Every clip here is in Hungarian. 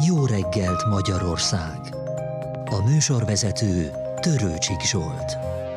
Jó reggelt Magyarország! A műsorvezető Törőcsik Zsolt.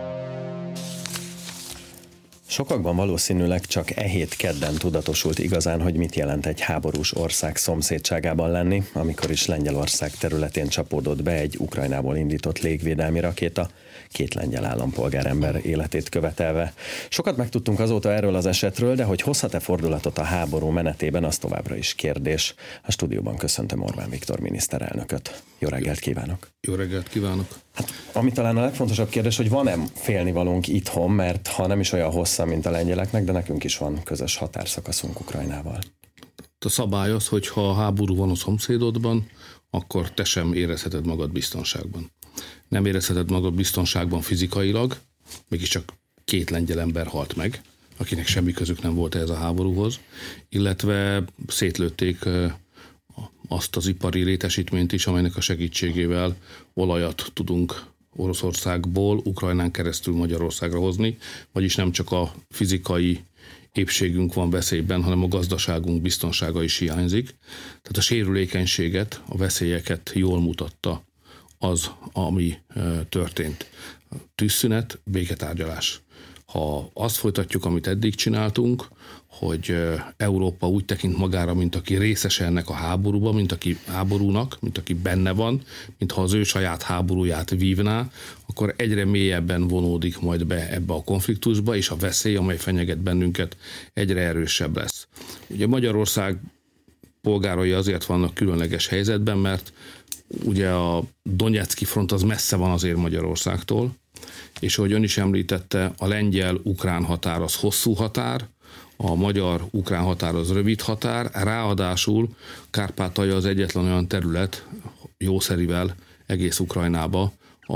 Sokakban valószínűleg csak e hét kedden tudatosult igazán, hogy mit jelent egy háborús ország szomszédságában lenni, amikor is Lengyelország területén csapódott be egy Ukrajnából indított légvédelmi rakéta, 2 lengyel állampolgárember életét követelve. Sokat megtudtunk azóta erről az esetről, de hogy hozhat-e fordulatot a háború menetében, az továbbra is kérdés. A stúdióban köszöntöm Orbán Viktor miniszterelnököt. Jó reggelt kívánok! Jó reggelt kívánok! Hát, ami talán a legfontosabb kérdés, hogy van-e félnivalónk itthon, mert ha nem is olyan hosszan, mint a lengyeleknek, de nekünk is van közös határszakaszunk Ukrajnával. A szabály az, hogy ha háború van a szomszédodban, akkor te sem érezheted magad biztonságban. Nem érezheted magad biztonságban fizikailag, mégiscsak 2 lengyel ember halt meg, akinek semmi közük nem volt ehhez a háborúhoz, illetve szétlőtték azt az ipari létesítményt is, amelynek a segítségével olajat tudunk Oroszországból Ukrajnán keresztül Magyarországra hozni, vagyis nem csak a fizikai épségünk van veszélyben, hanem a gazdaságunk biztonsága is hiányzik. Tehát a sérülékenységet, a veszélyeket jól mutatta az, ami történt. Tűzszünet, béketárgyalás. Ha azt folytatjuk, amit eddig csináltunk, hogy Európa úgy tekint magára, mint aki részese ennek a háborúban, mint aki háborúnak, mint aki benne van, mintha az ő saját háborúját vívná, akkor egyre mélyebben vonódik majd be ebbe a konfliktusba, és a veszély, amely fenyeget bennünket, egyre erősebb lesz. Ugye Magyarország polgárai azért vannak különleges helyzetben, mert ugye a Donetszki front az messze van azért Magyarországtól, és ahogy ön is említette, a lengyel-ukrán határ az hosszú határ, a magyar-ukrán határ az rövid határ, ráadásul Kárpátalja az egyetlen olyan terület jószerivel egész Ukrajnába,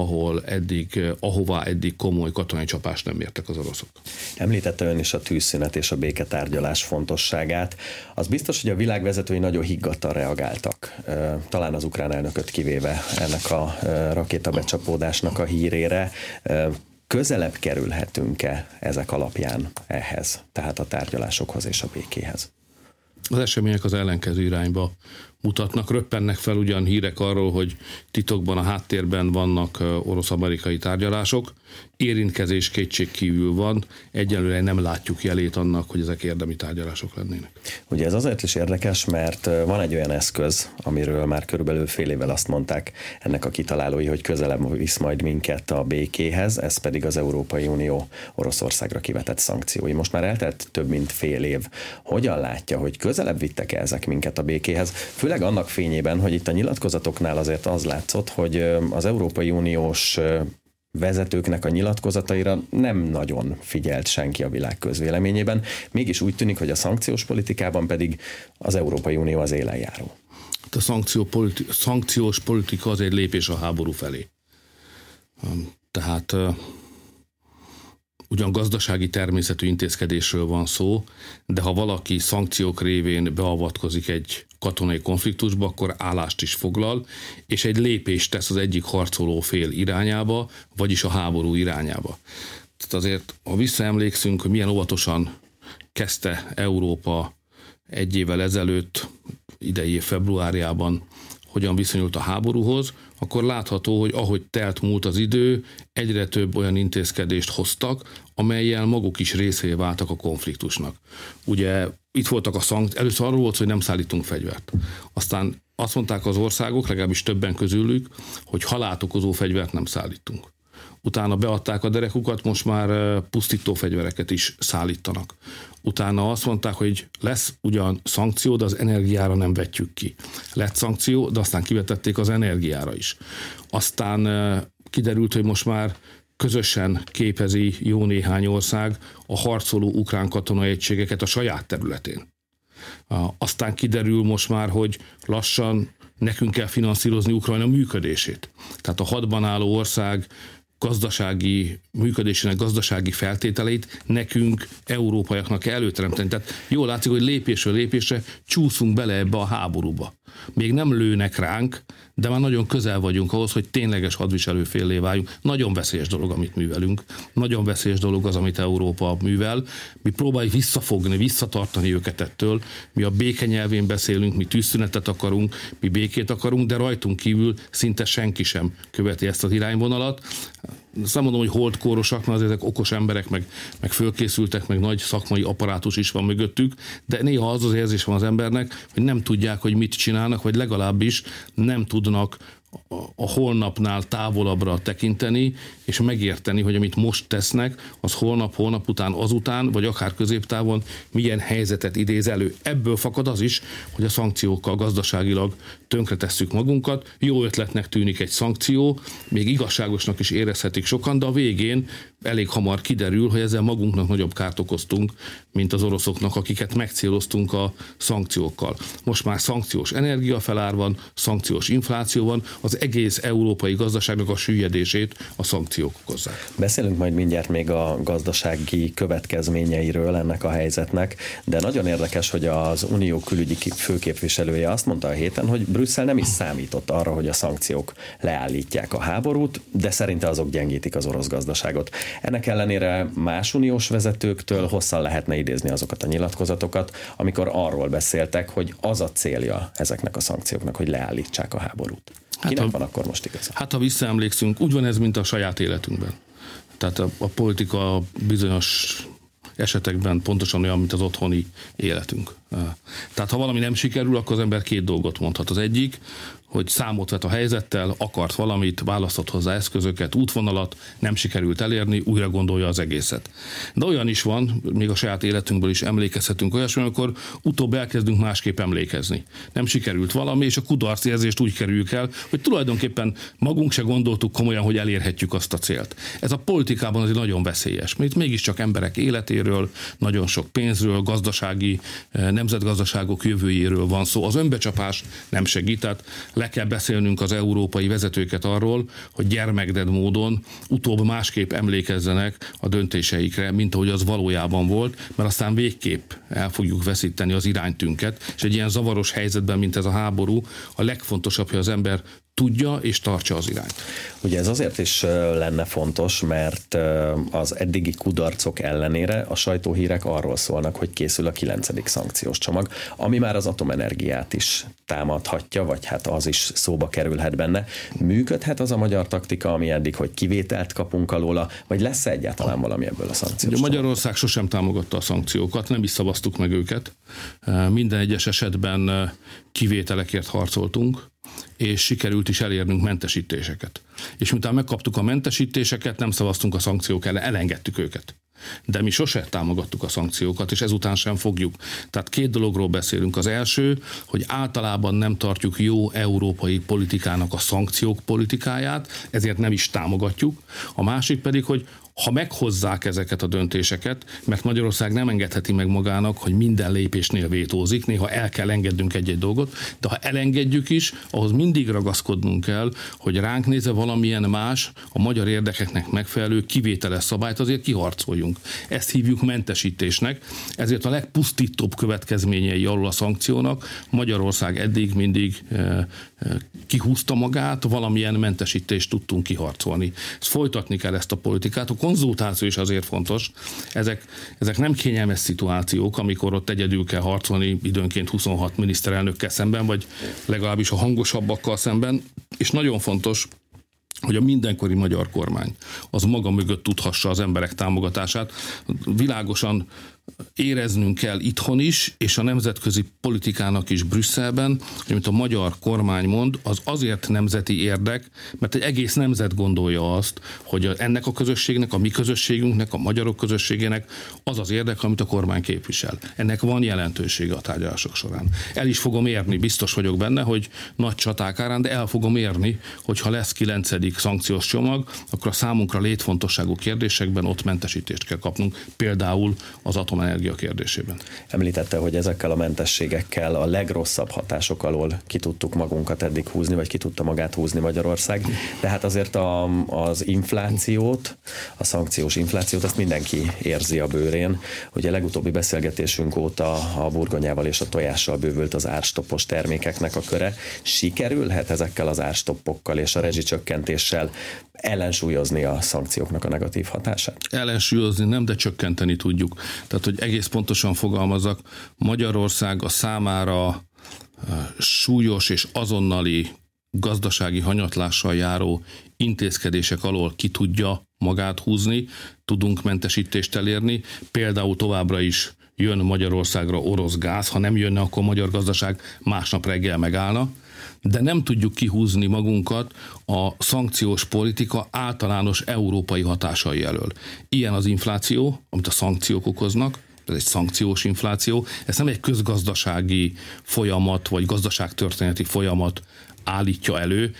ahová eddig komoly katonai csapást nem értek az oroszok. Említette ön is a tűzszünet és a béketárgyalás fontosságát. Az biztos, hogy a világ vezetői nagyon higgadtan reagáltak, talán az ukrán elnököt kivéve ennek a rakétabecsapódásnak a hírére. Közelebb kerülhetünk-e ezek alapján ehhez, tehát a tárgyalásokhoz és a békéhez? Az események az ellenkező irányba mutatnak, röppennek fel ugyan hírek arról, hogy titokban a háttérben vannak orosz-amerikai tárgyalások, érintkezés kétségkívül van, egyelőre nem látjuk jelét annak, hogy ezek érdemi tárgyalások lennének. Ugye ez azért is érdekes, mert van egy olyan eszköz, amiről már körülbelül fél évvel azt mondták ennek a kitalálói, hogy közelebb visz majd minket a békéhez, ez pedig az Európai Unió Oroszországra kivetett szankciói. Most már eltelt több mint fél év. Hogyan látja, hogy közelebb vittek ezek minket a békéhez? Főleg annak fényében, hogy itt a nyilatkozatoknál azért az látszott, hogy az Európai Uniós vezetőknek a nyilatkozataira nem nagyon figyelt senki a világ közvéleményében. Mégis úgy tűnik, hogy a szankciós politikában pedig az Európai Unió az élenjáró. A szankciós politika az egy lépés a háború felé. Tehát ugyan gazdasági természetű intézkedésről van szó, de ha valaki szankciók révén beavatkozik egy katonai konfliktusba, akkor állást is foglal, és egy lépést tesz az egyik harcoló fél irányába, vagyis a háború irányába. Tehát azért, ha visszaemlékszünk, hogy milyen óvatosan kezdte Európa 1 évvel ezelőtt, idei év februárjában, hogyan viszonyult a háborúhoz, akkor látható, hogy ahogy telt múlt az idő, egyre több olyan intézkedést hoztak, amellyel maguk is részévé váltak a konfliktusnak. Ugye itt voltak a szankciók, először arról volt, hogy nem szállítunk fegyvert. Aztán azt mondták az országok, legalábbis többen közülük, hogy halált okozó fegyvert nem szállítunk. Utána beadták a derekukat, most már pusztító fegyvereket is szállítanak. Utána azt mondták, hogy lesz ugyan szankció, de az energiára nem vetjük ki. Lett szankció, de aztán kivetették az energiára is. Aztán kiderült, hogy most már közösen képezi jó néhány ország a harcoló ukrán katonai egységeket a saját területén. Aztán kiderül most már, hogy lassan nekünk kell finanszírozni Ukrajna működését. Tehát a hadban álló ország gazdasági működésének gazdasági feltételeit nekünk, európaiaknak kell előteremteni. Tehát jól látszik, hogy lépésről lépésre csúszunk bele ebbe a háborúba. Még nem lőnek ránk, de már nagyon közel vagyunk ahhoz, hogy tényleges hadviselőféllé váljunk. Nagyon veszélyes dolog, amit művelünk. Nagyon veszélyes dolog az, amit Európa művel. Mi próbáljuk visszafogni, visszatartani őket ettől. Mi a béke nyelvén beszélünk, mi tűzszünetet akarunk, mi békét akarunk, de rajtunk kívül szinte senki sem követi ezt az irányvonalat. Azt nem mondom, hogy holdkórosak, mert azért ezek okos emberek, meg fölkészültek, meg nagy szakmai apparátus is van mögöttük, de néha az érzés van az embernek, hogy nem tudják, hogy mit csinálnak, vagy legalábbis nem tudnak a holnapnál távolabbra tekinteni, és megérteni, hogy amit most tesznek, az holnap után, azután, vagy akár középtávon milyen helyzetet idéz elő. Ebből fakad az is, hogy a szankciókkal gazdaságilag tönkretesszük magunkat. Jó ötletnek tűnik egy szankció, még igazságosnak is érezhetik sokan, de a végén elég hamar kiderül, hogy ezzel magunknak nagyobb kárt okoztunk, mint az oroszoknak, akiket megcéloztunk a szankciókkal. Most már szankciós energiafelár van, szankciós infláció van, az egész európai gazdaságnak a süllyedését a szankciók okozzák. Beszélünk majd mindjárt még a gazdasági következményeiről ennek a helyzetnek, de nagyon érdekes, hogy az Unió külügyi főképviselője azt mondta a héten, hogy Brüsszel nem is számított arra, hogy a szankciók leállítják a háborút, de szerinte azok gyengítik az orosz gazdaságot. Ennek ellenére más uniós vezetőktől hosszan lehetne idézni azokat a nyilatkozatokat, amikor arról beszéltek, hogy az a célja ezeknek a szankcióknak, hogy leállítsák a háborút. Kinek van akkor most igaza? Hát ha visszaemlékszünk, úgy van ez, mint a saját életünkben. Tehát a politika bizonyos esetekben pontosan olyan, mint az otthoni életünk. Tehát ha valami nem sikerül, akkor az ember két dolgot mondhat. Az egyik, hogy számot vet a helyzettel, akart valamit, választott hozzá eszközöket, útvonalat, nem sikerült elérni, újra gondolja az egészet. De olyan is van, még a saját életünkből is emlékezhetünk olyasmi, amikor utóbb elkezdünk másképp emlékezni. Nem sikerült valami, és a kudarcérzést úgy kerüljük el, hogy tulajdonképpen magunk se gondoltuk komolyan, hogy elérhetjük azt a célt. Ez a politikában azért nagyon veszélyes, mert itt mégiscsak emberek életéről, nagyon sok pénzről, gazdasági, nemzetgazdaságok jövőjéről van szó. Az önbecsapás nem segít, tehát le kell beszélnünk az európai vezetőket arról, hogy gyermekded módon utóbb másképp emlékezzenek a döntéseikre, mint ahogy az valójában volt, mert aztán végképp el fogjuk veszíteni az iránytünket, és egy ilyen zavaros helyzetben, mint ez a háború, a legfontosabb, hogy az ember tudja és tartsa az irányt. Ugye ez azért is lenne fontos, mert az eddigi kudarcok ellenére a sajtóhírek arról szólnak, hogy készül a 9. szankciós csomag, ami már az atomenergiát is támadhatja, vagy hát az is szóba kerülhet benne. Működhet az a magyar taktika, ami eddig, hogy kivételt kapunk alóla, vagy lesz egyáltalán valami ebből a szankciós csomag? Magyarország sosem támogatta a szankciókat, nem is szavaztuk meg őket. Minden egyes esetben kivételekért harcoltunk, és sikerült is elérnünk mentesítéseket. És miután megkaptuk a mentesítéseket, nem szavaztunk a szankciók ellen, elengedtük őket. De mi sose támogattuk a szankciókat, és ezután sem fogjuk. Tehát két dologról beszélünk. Az első, hogy általában nem tartjuk jó európai politikának a szankciók politikáját, ezért nem is támogatjuk. A másik pedig, hogy ha meghozzák ezeket a döntéseket, mert Magyarország nem engedheti meg magának, hogy minden lépésnél vétózik, néha el kell engednünk egy-egy dolgot, de ha elengedjük is, ahhoz mindig ragaszkodnunk kell, hogy ránk nézve valamilyen más, a magyar érdekeknek megfelelő kivételes szabályt azért kiharcoljunk. Ezt hívjuk mentesítésnek, ezért a legpusztítóbb következményei alól a szankciónak Magyarország eddig mindig kihúzta magát, valamilyen mentesítést tudtunk kiharcolni. Ezt folytatni kell, ezt a politikát. A konzultáció is azért fontos. Ezek nem kényelmes szituációk, amikor ott egyedül kell harcolni időnként 26 miniszterelnökkel szemben, vagy legalábbis a hangosabbakkal szemben, és nagyon fontos, hogy a mindenkori magyar kormány az maga mögött tudhassa az emberek támogatását. Világosan éreznünk kell itthon is, és a nemzetközi politikának is Brüsszelben, hogy amit a magyar kormány mond, az azért nemzeti érdek, mert egy egész nemzet gondolja azt, hogy ennek a közösségnek, a mi közösségünknek, a magyarok közösségének az az érdek, amit a kormány képvisel. Ennek van jelentősége a tárgyalások során. El is fogom érni, biztos vagyok benne, hogy nagy csaták árán, de el fogom érni, hogyha lesz 9. szankciós csomag, akkor a számunkra létfontosságú kérdésekben ott mentesítést kell kapnunk, például az atomenergia atomenergia kérdésében. Említette, hogy ezekkel a mentességekkel a legrosszabb hatások alól ki tudtuk magunkat eddig húzni, vagy ki tudta magát húzni Magyarország, de hát azért az inflációt, a szankciós inflációt, azt mindenki érzi a bőrén. Ugye legutóbbi beszélgetésünk óta a burgonyával és a tojással bővült az árstoppos termékeknek a köre. Sikerülhet ezekkel az árstoppokkal és a rezsicsökkentéssel ellensúlyozni a szankcióknak a negatív hatását? Ellensúlyozni nem, de csökkenteni tudjuk. Tehát, hogy egész pontosan fogalmazzak, Magyarország a számára súlyos és azonnali gazdasági hanyatlással járó intézkedések alól ki tudja magát húzni, tudunk mentesítést elérni, például továbbra is jön Magyarországra orosz gáz, ha nem jönne, akkor magyar gazdaság másnap reggel megállna, de nem tudjuk kihúzni magunkat a szankciós politika általános európai hatásai elől. Ilyen az infláció, amit a szankciók okoznak, ez egy szankciós infláció, ez nem egy közgazdasági folyamat, vagy gazdaságtörténeti folyamat állítja elő,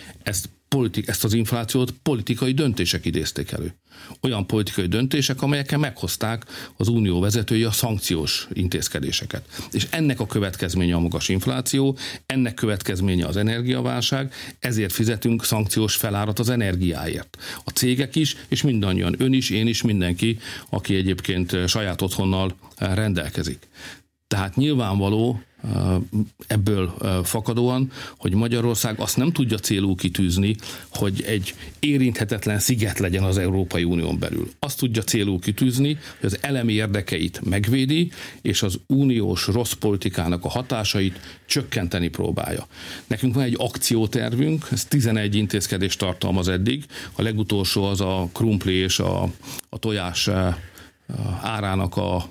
ezt az inflációt politikai döntések idézték elő. Olyan politikai döntések, amelyekkel meghozták az unió vezetői a szankciós intézkedéseket. És ennek a következménye a magas infláció, ennek következménye az energiaválság, ezért fizetünk szankciós felárat az energiáért. A cégek is, és mindannyian, ön is, én is, mindenki, aki egyébként saját otthonnal rendelkezik. Tehát nyilvánvaló ebből fakadóan, hogy Magyarország azt nem tudja célul kitűzni, hogy egy érinthetetlen sziget legyen az Európai Unión belül. Azt tudja célul kitűzni, hogy az elemi érdekeit megvédi, és az uniós rossz politikának a hatásait csökkenteni próbálja. Nekünk van egy akciótervünk, ez 11 intézkedést tartalmaz eddig. A legutolsó az a krumpli és a tojás árának a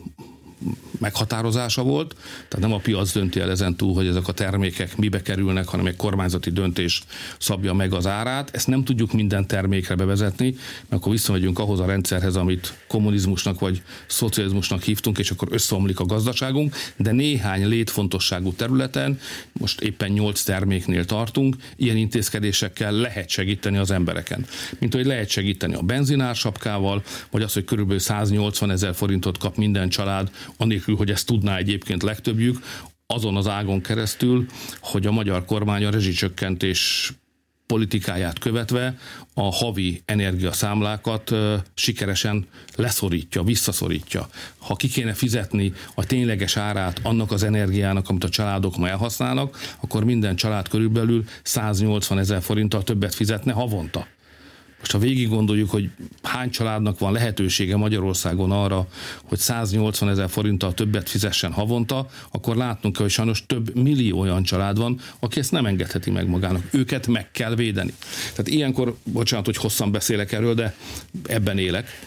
meghatározása volt, tehát nem a piac dönti el ezen túl, hogy ezek a termékek mibe kerülnek, hanem egy kormányzati döntés szabja meg az árát. Ezt nem tudjuk minden termékre bevezetni, mert akkor visszamegyünk ahhoz a rendszerhez, amit kommunizmusnak vagy szocializmusnak hívtunk, és akkor összeomlik a gazdaságunk, de néhány létfontosságú területen, most éppen 8 terméknél tartunk, ilyen intézkedésekkel lehet segíteni az embereken. Mint hogy lehet segíteni a benzinársapkával, vagy az, hogy körülbelül 180 000 forintot kap minden család, anélkül, hogy ezt tudná egyébként legtöbbjük, azon az ágon keresztül, hogy a magyar kormány a rezsicsökkentés politikáját követve a havi energiaszámlákat sikeresen leszorítja, visszaszorítja. Ha ki kéne fizetni a tényleges árát annak az energiának, amit a családok ma elhasználnak, akkor minden család körülbelül 180 000 forinttal többet fizetne havonta. Most ha végig gondoljuk, hogy hány családnak van lehetősége Magyarországon arra, hogy 180 000 forinttal többet fizessen havonta, akkor látnunk kell, hogy sajnos több millió olyan család van, aki ezt nem engedheti meg magának. Őket meg kell védeni. Tehát ilyenkor, bocsánat, hogy hosszan beszélek erről, de ebben élek.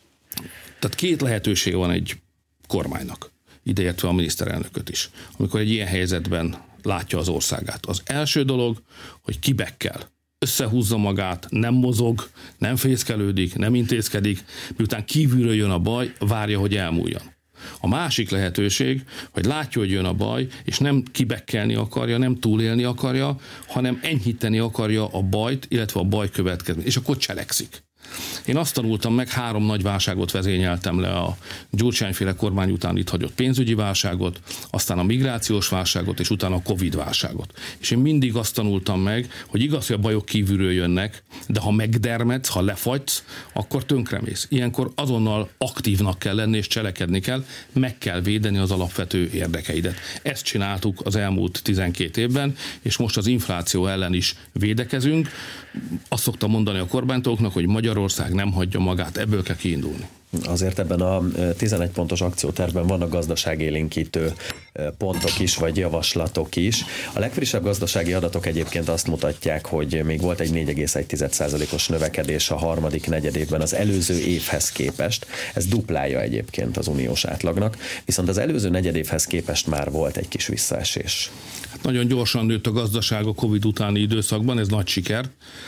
Tehát 2 lehetőség van egy kormánynak, ideértve a miniszterelnököt is, amikor egy ilyen helyzetben látja az országát. Az első dolog, hogy kibekkel. Összehúzza magát, nem mozog, nem fészkelődik, nem intézkedik, miután kívülről jön a baj, várja, hogy elmúljon. A másik lehetőség, hogy látja, hogy jön a baj, és nem kibekkelni akarja, nem túlélni akarja, hanem enyhíteni akarja a bajt, illetve a baj következményt, és akkor cselekszik. Én azt tanultam meg, 3 nagy válságot vezényeltem le, a Gyurcsányféle kormány után itt hagyott pénzügyi válságot, aztán a migrációs válságot, és utána a Covid válságot. És én mindig azt tanultam meg, hogy igaz, hogy a bajok kívülről jönnek, de ha megdermedsz, ha lefagysz, akkor tönkremész. Ilyenkor azonnal aktívnak kell lenni, és cselekedni kell, meg kell védeni az alapvető érdekeidet. Ezt csináltuk az elmúlt 12 évben, és most az infláció ellen is védekezünk. Azt szoktam mondani a kormánytagoknak, hogy Magyarország nem hagyja magát, ebből kell kiindulni. Azért ebben a 11 pontos akciótervben vannak gazdaságélénkítő pontok is, vagy javaslatok is. A legfrissebb gazdasági adatok egyébként azt mutatják, hogy még volt egy 4,1%-os növekedés a harmadik negyedévben az előző évhez képest. Ez duplája egyébként az uniós átlagnak, viszont az előző negyedévhez képest már volt egy kis visszaesés. Hát nagyon gyorsan nőtt a gazdaság a Covid utáni időszakban, ez nagy siker.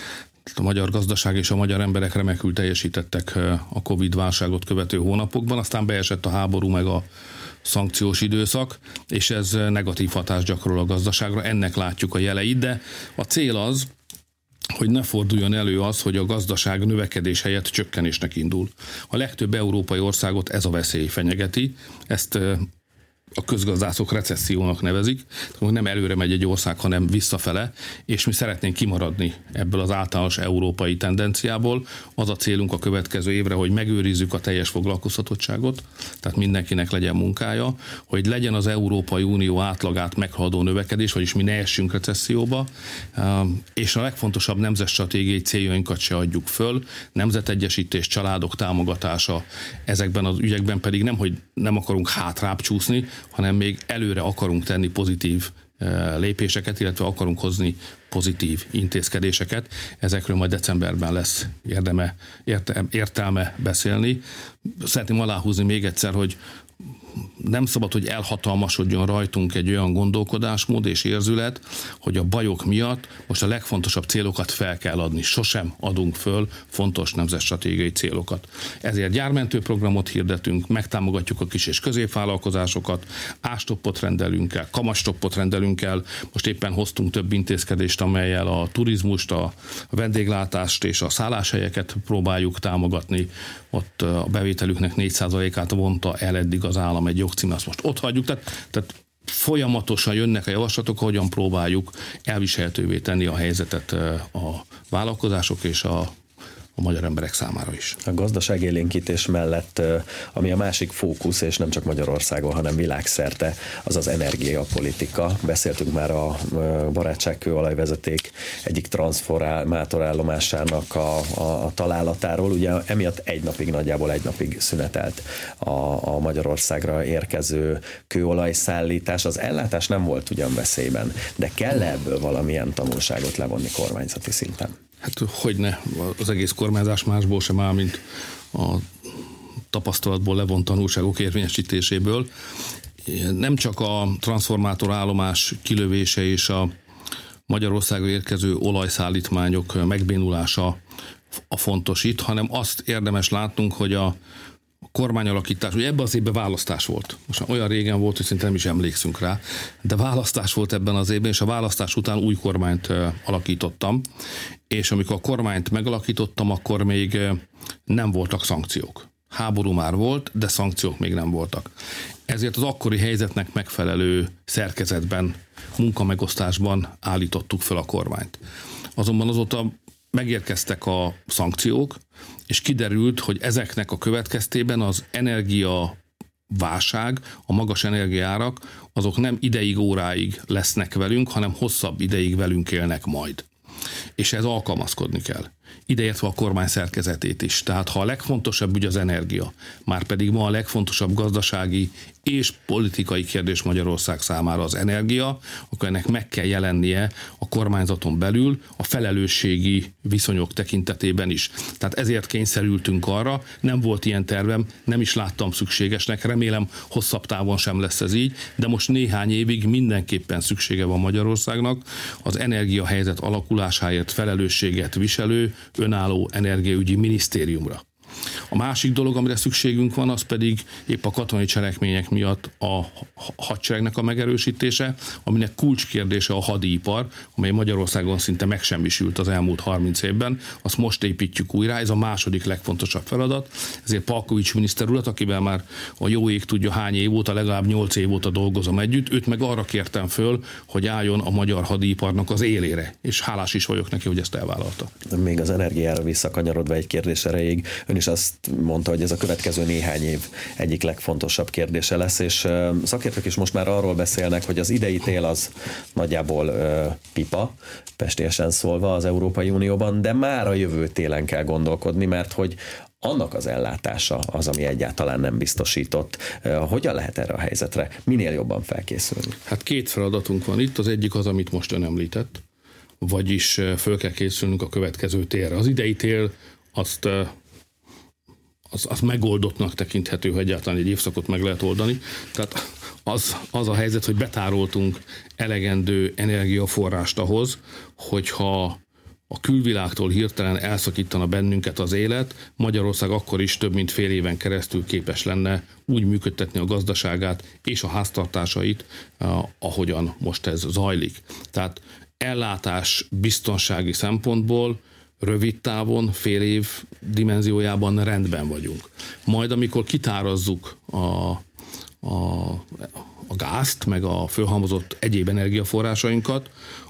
A magyar gazdaság és a magyar emberek remekül teljesítettek a Covid-válságot követő hónapokban, aztán beesett a háború meg a szankciós időszak, és ez negatív hatást gyakorol a gazdaságra, ennek látjuk a jeleit, de a cél az, hogy ne forduljon elő az, hogy a gazdaság növekedés helyett csökkenésnek indul. A legtöbb európai országot ez a veszély fenyegeti, ezt a közgazdászok recessziónak nevezik, hogy nem előre megy egy ország, hanem visszafele, és mi szeretnénk kimaradni ebből az általános európai tendenciából. Az a célunk a következő évre, hogy megőrizzük a teljes foglalkoztatottságot, tehát mindenkinek legyen munkája, hogy legyen az Európai Unió átlagát meghaladó növekedés, vagyis mi ne essünk recesszióba, és a legfontosabb nemzetstratégiai céljainkat se adjuk föl, nemzetegyesítés, családok támogatása, ezekben az ügyekben pedig nem akarunk hátrább csúszni, hanem még előre akarunk tenni pozitív lépéseket, illetve akarunk hozni pozitív intézkedéseket. Ezekről majd decemberben lesz értelme beszélni. Szeretném aláhúzni még egyszer, hogy nem szabad, hogy elhatalmasodjon rajtunk egy olyan gondolkodásmód és érzület, hogy a bajok miatt most a legfontosabb célokat fel kell adni. Sosem adunk föl fontos nemzetstratégiai célokat. Ezért gyármentő programot hirdetünk, megtámogatjuk a kis és középvállalkozásokat, ástoppot rendelünk el, kamastoppot rendelünk el. Most éppen hoztunk több intézkedést, amellyel a turizmust, a vendéglátást és a szálláshelyeket próbáljuk támogatni. Ott a bevételüknek 4%-át vonta el eddig az állam egy jogcím, azt most ott hagyjuk. Tehát folyamatosan jönnek a javaslatok, hogyan próbáljuk elviselhetővé tenni a helyzetet a vállalkozások és a magyar emberek számára is. A gazdaságélénkítés mellett, ami a másik fókusz, és nem csak Magyarországon, hanem világszerte, az az energiapolitika. Beszéltünk már a barátságkőolajvezeték egyik transformátorállomásának a találatáról. Ugye emiatt nagyjából egy napig szünetelt a Magyarországra érkező kőolajszállítás. Az ellátás nem volt ugyan veszélyben, de kell ebből valamilyen tanulságot levonni kormányzati szinten? Hát hogyne, az egész kormányzás másból sem áll, mint a tapasztalatból levont tanulságok érvényesítéséből. Nem csak a transformátorállomás kilövése és a Magyarországra érkező olajszállítmányok megbénulása a fontos itt, hanem azt érdemes látnunk, hogy a kormányalakítás, ugye ebben az évben választás volt. Most olyan régen volt, hogy szinte nem is emlékszünk rá, de választás volt ebben az évben, és a választás után új kormányt alakítottam, és amikor a kormányt megalakítottam, akkor még nem voltak szankciók. Háború már volt, de szankciók még nem voltak. Ezért az akkori helyzetnek megfelelő szerkezetben, munkamegosztásban állítottuk fel a kormányt. Azonban azóta megérkeztek a szankciók, és kiderült, hogy ezeknek a következtében az energiaválság, a magas energiaárak, azok nem ideig, óráig lesznek velünk, hanem hosszabb ideig velünk élnek majd. És ez alkalmazkodni kell. Ideértve a kormány szerkezetét is. Tehát ha a legfontosabb ügy az energia, már pedig ma a legfontosabb gazdasági és politikai kérdés Magyarország számára az energia, akkor ennek meg kell jelennie a kormányzaton belül a felelősségi viszonyok tekintetében is. Tehát ezért kényszerültünk arra, nem volt ilyen tervem, nem is láttam szükségesnek, remélem hosszabb távon sem lesz ez így, de most néhány évig mindenképpen szüksége van Magyarországnak az energiahelyzet alakulásáért felelősséget viselő önálló energiaügyi minisztériumra. A másik dolog, amire szükségünk van, az pedig épp a katonai cselekmények miatt a hadseregnek a megerősítése, aminek kulcskérdése a hadipar, amely Magyarországon szinte megsemmisült az elmúlt 30 évben. Azt most építjük újra, ez a második legfontosabb feladat. Ezért Palkovics miniszter urat, akivel már a jó ég tudja hány év óta, legalább 8 év óta dolgozom együtt, őt meg arra kértem föl, hogy álljon a magyar hadiparnak az élére, és hálás is vagyok neki, hogy ezt elvállalta. Még az energiára visszakanyarodva egy kérdés erejéig, ön is azt mondta, hogy ez a következő néhány év egyik legfontosabb kérdése lesz, és szakértők is most már arról beszélnek, hogy az idei tél az nagyjából pipa, pestélyesen szólva az Európai Unióban, de már a jövő télen kell gondolkodni, mert hogy annak az ellátása az, ami egyáltalán nem biztosított. Hogyan lehet erre a helyzetre minél jobban felkészülni? Hát két feladatunk van itt, az egyik az, amit most ön említett, vagyis föl kell készülnünk a következő télre. Az idei tél az megoldottnak tekinthető, hogy egyáltalán egy évszakot meg lehet oldani. Tehát az a helyzet, hogy betároltunk elegendő energiaforrást ahhoz, hogyha a külvilágtól hirtelen elszakítana bennünket az élet, Magyarország akkor is több mint fél éven keresztül képes lenne úgy működtetni a gazdaságát és a háztartásait, ahogyan most ez zajlik. Tehát ellátás biztonsági szempontból rövid távon, fél év dimenziójában rendben vagyunk. Majd amikor kitárazzuk a gázt, meg a fölhalmozott egyéb energiaforrásainkat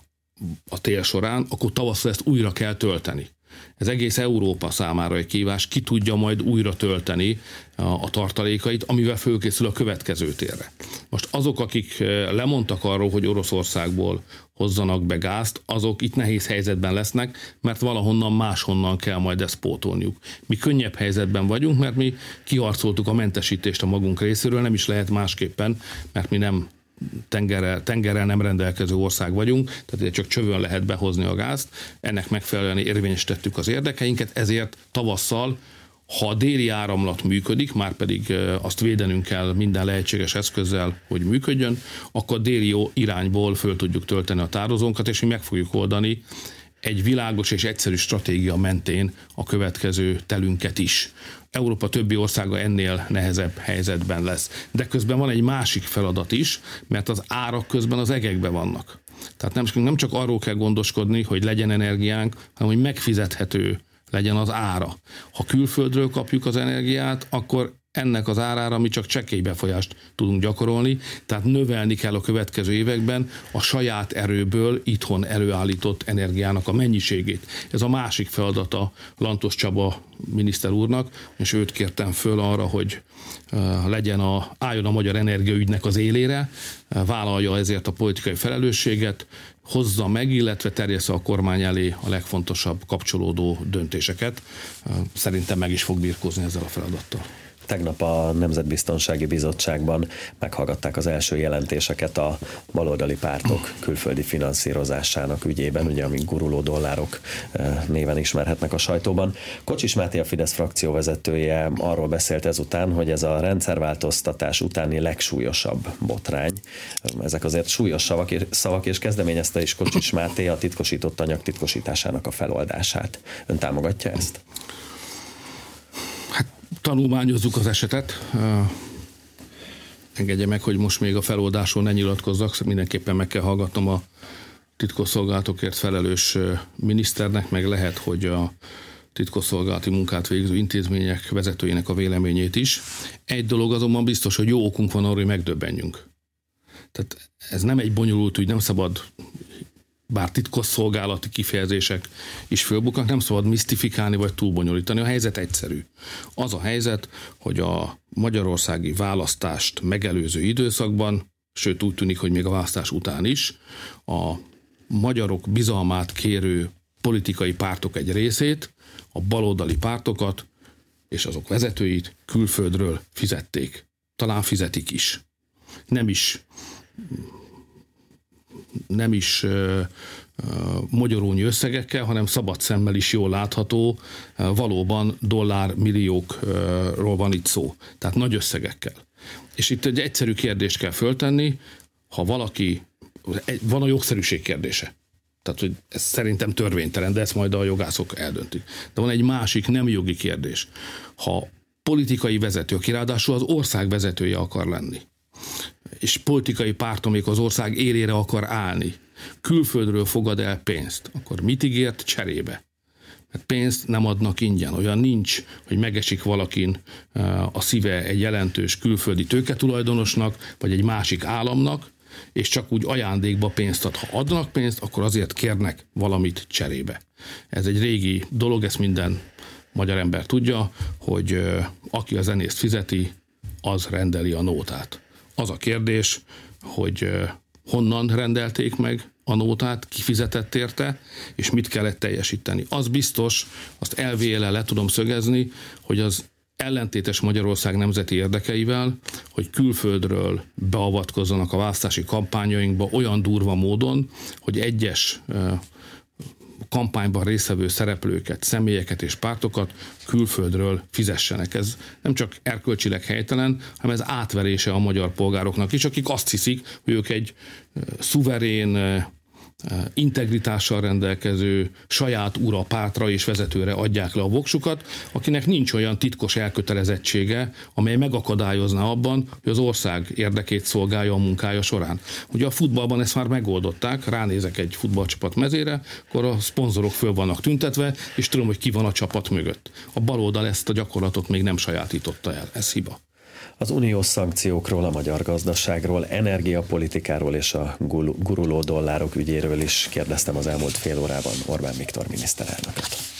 a tél során, akkor tavasszal ezt újra kell tölteni. Ez egész Európa számára egy kihívás, ki tudja majd újra tölteni a tartalékait, amivel fölkészül a következő térre. Most azok, akik lemondtak arról, hogy Oroszországból hozzanak be gázt, azok itt nehéz helyzetben lesznek, mert valahonnan máshonnan kell majd ezt pótolniuk. Mi könnyebb helyzetben vagyunk, mert mi kiharcoltuk a mentesítést a magunk részéről, nem is lehet másképpen, mert mi nem tengerrel nem rendelkező ország vagyunk, tehát csak csövön lehet behozni a gázt, ennek megfelelően érvényesítettük az érdekeinket, ezért tavasszal, ha a déli áramlat működik, már pedig azt védenünk kell minden lehetséges eszközzel, hogy működjön, akkor déli irányból föl tudjuk tölteni a tározónkat, és mi meg fogjuk oldani egy világos és egyszerű stratégia mentén a következő telünket is. Európa többi országa ennél nehezebb helyzetben lesz. De közben van egy másik feladat is, mert az árak közben az egekben vannak. Tehát nem csak arról kell gondoskodni, hogy legyen energiánk, hanem hogy megfizethető legyen az ára. Ha külföldről kapjuk az energiát, akkor ennek az árára mi csak csekély befolyást tudunk gyakorolni, tehát növelni kell a következő években a saját erőből itthon előállított energiának a mennyiségét. Ez a másik feladata Lantos Csaba miniszter úrnak, és őt kértem föl arra, hogy álljon a magyar energiaügynek az élére, vállalja ezért a politikai felelősséget, hozza meg, illetve terjessze a kormány elé a legfontosabb kapcsolódó döntéseket. Szerintem meg is fog birkózni ezzel a feladattal. Tegnap a Nemzetbiztonsági Bizottságban meghallgatták az első jelentéseket a baloldali pártok külföldi finanszírozásának ügyében, ugye amik guruló dollárok néven ismerhetnek a sajtóban. Kocsis Máté, a Fidesz frakcióvezetője arról beszélt ezután, hogy ez a rendszerváltoztatás utáni legsúlyosabb botrány. Ezek azért súlyos szavak, és kezdeményezte is Kocsis Máté a titkosított anyag titkosításának a feloldását. Ön támogatja ezt? Tanulmányozzuk az esetet. Engedje meg, hogy most még a feloldásról ne nyilatkozzak, mindenképpen meg kell hallgatnom a titkosszolgálatokért felelős miniszternek, meg lehet, hogy a titkosszolgálati munkát végző intézmények vezetőinek a véleményét is. Egy dolog azonban biztos, hogy jó okunk van arra, hogy megdöbbenjünk. Tehát ez nem egy bonyolult ügy, nem szabad, bár titkosszolgálati kifejezések is fölbuknak, nem szabad misztifikálni vagy túlbonyolítani. A helyzet egyszerű. Az a helyzet, hogy a magyarországi választást megelőző időszakban, sőt úgy tűnik, hogy még a választás után is, a magyarok bizalmát kérő politikai pártok egy részét, a baloldali pártokat és azok vezetőit külföldről fizették. Talán fizetik is. Nem is mogyorónyi összegekkel, hanem szabad szemmel is jól látható, valóban dollármilliókról van itt szó. Tehát nagy összegekkel. És itt egy egyszerű kérdést kell föltenni, ha valaki, van a jogszerűség kérdése. Tehát, hogy ez szerintem törvénytelen, de ezt majd a jogászok eldöntik. De van egy másik nem jogi kérdés. Ha politikai vezető, aki ráadásul az ország vezetője akar lenni, és politikai pártom még az ország élére akar állni, külföldről fogad el pénzt, akkor mit ígért cserébe? Mert pénzt nem adnak ingyen. Olyan nincs, hogy megesik valakin a szíve egy jelentős külföldi tőketulajdonosnak, vagy egy másik államnak, és csak úgy ajándékba pénzt ad. Ha adnak pénzt, akkor azért kérnek valamit cserébe. Ez egy régi dolog, ezt minden magyar ember tudja, hogy aki a zenészt fizeti, az rendeli a nótát. Az a kérdés, hogy honnan rendelték meg a nótát, ki fizetett érte, és mit kellett teljesíteni. Az biztos, azt elvéjelen le tudom szögezni, hogy az ellentétes Magyarország nemzeti érdekeivel, hogy külföldről beavatkozzanak a választási kampányainkba olyan durva módon, hogy egyes kampányban résztvevő szereplőket, személyeket és pártokat külföldről fizessenek. Ez nem csak erkölcsileg helytelen, hanem ez átverése a magyar polgároknak is, akik azt hiszik, hogy ők egy szuverén, integritással rendelkező, saját ura, pátra és vezetőre adják le a voksukat, akinek nincs olyan titkos elkötelezettsége, amely megakadályozná abban, hogy az ország érdekét szolgálja a munkája során. Ugye a futballban ezt már megoldották, ránézek egy futballcsapat mezére, akkor a szponzorok föl vannak tüntetve, és tudom, hogy ki van a csapat mögött. A baloldal ezt a gyakorlatot még nem sajátította el. Ez hiba. Az uniós szankciókról, a magyar gazdaságról, energiapolitikáról és a guruló dollárok ügyéről is kérdeztem az elmúlt fél órában Orbán Viktor miniszterelnököt.